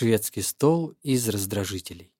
Шведский стол из раздражителей.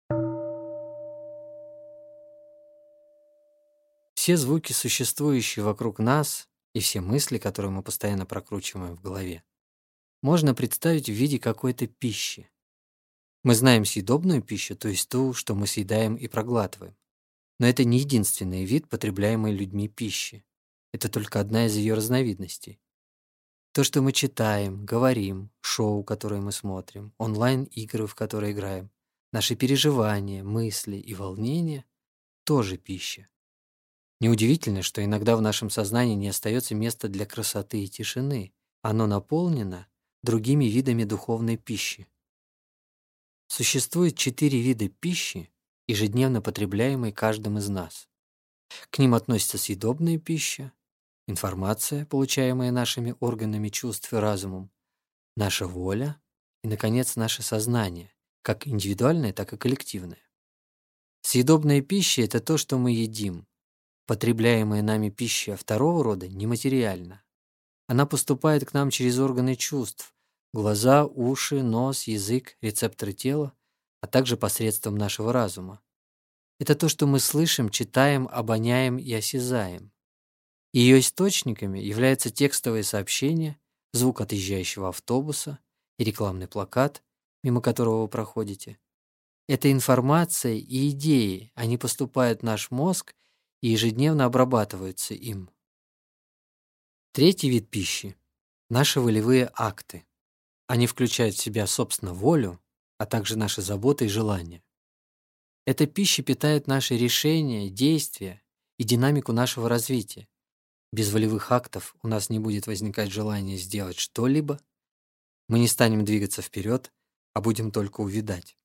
Все звуки, существующие вокруг нас, и все мысли, которые мы постоянно прокручиваем в голове, можно представить в виде какой-то пищи. Мы знаем съедобную пищу, то есть ту, что мы съедаем и проглатываем. Но это не единственный вид потребляемой людьми пищи. Это только одна из ее разновидностей. То, что мы читаем, говорим, шоу, которые мы смотрим, онлайн-игры, в которые играем, наши переживания, мысли и волнения – тоже пища. Неудивительно, что иногда в нашем сознании не остается места для красоты и тишины. Оно наполнено другими видами духовной пищи. Существует 4 вида пищи, ежедневно потребляемой каждым из нас. К ним относятся съедобная пища, информация, получаемая нашими органами чувств и разумом, наша воля и, наконец, наше сознание, как индивидуальное, так и коллективное. Съедобная пища – это то, что мы едим. Потребляемая нами пища второго рода нематериальна. Она поступает к нам через органы чувств – глаза, уши, нос, язык, рецепторы тела, а также посредством нашего разума. Это то, что мы слышим, читаем, обоняем и осязаем. Ее источниками являются текстовые сообщения, звук отъезжающего автобуса и рекламный плакат, мимо которого вы проходите. Это информация и идеи, они поступают в наш мозг и ежедневно обрабатываются им. Третий вид пищи – наши волевые акты. Они включают в себя, собственно, волю, а также наши заботы и желания. Эта пища питает наши решения, действия и динамику нашего развития. Без волевых актов у нас не будет возникать желания сделать что-либо, мы не станем двигаться вперед, а будем только увядать.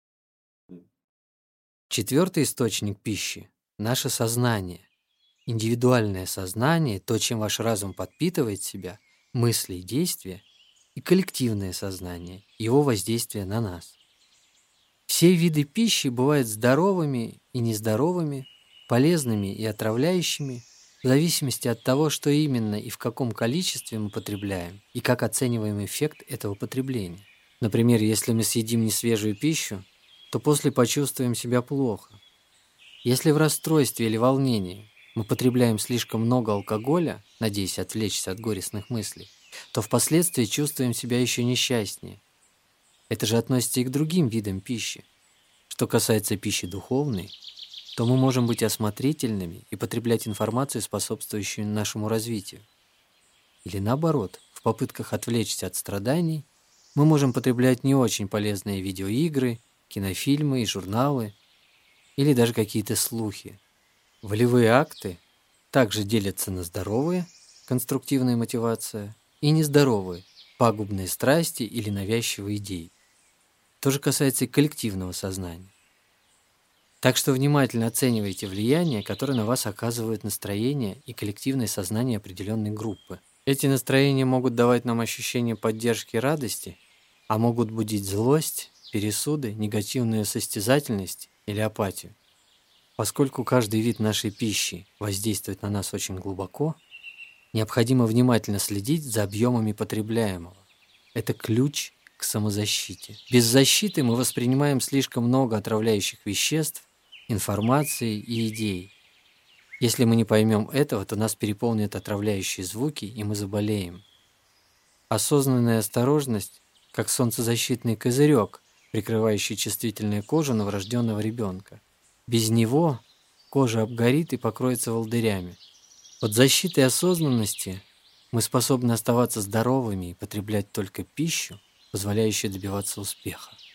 Четвертый источник пищи – наше сознание. Индивидуальное сознание, то, чем ваш разум подпитывает себя, мысли и действия, и коллективное сознание, его воздействие на нас. Все виды пищи бывают здоровыми и нездоровыми, полезными и отравляющими, в зависимости от того, что именно и в каком количестве мы потребляем, и как оцениваем эффект этого потребления. Например, если мы съедим несвежую пищу, то после почувствуем себя плохо. Если в расстройстве или волнении мы потребляем слишком много алкоголя, надеясь отвлечься от горестных мыслей, то впоследствии чувствуем себя еще несчастнее. Это же относится и к другим видам пищи. Что касается пищи духовной, то мы можем быть осмотрительными и потреблять информацию, способствующую нашему развитию. Или наоборот, в попытках отвлечься от страданий, мы можем потреблять не очень полезные видеоигры, кинофильмы и журналы, или даже какие-то слухи. Волевые акты также делятся на здоровые, конструктивная мотивация, и нездоровые, пагубные страсти или навязчивые идеи. То же касается и коллективного сознания. Так что внимательно оценивайте влияние, которое на вас оказывает настроение и коллективное сознание определенной группы. Эти настроения могут давать нам ощущение поддержки и радости, а могут будить злость, пересуды, негативную состязательность или апатию. Поскольку каждый вид нашей пищи воздействует на нас очень глубоко, необходимо внимательно следить за объемами потребляемого. Это ключ к самозащите. Без защиты мы воспринимаем слишком много отравляющих веществ, информации и идей. Если мы не поймем этого, то нас переполнят отравляющие звуки, и мы заболеем. Осознанная осторожность, как солнцезащитный козырек, прикрывающий чувствительную кожу новорожденного ребенка. Без него кожа обгорит и покроется волдырями. Под защитой осознанности мы способны оставаться здоровыми и потреблять только пищу, позволяющую добиваться успеха.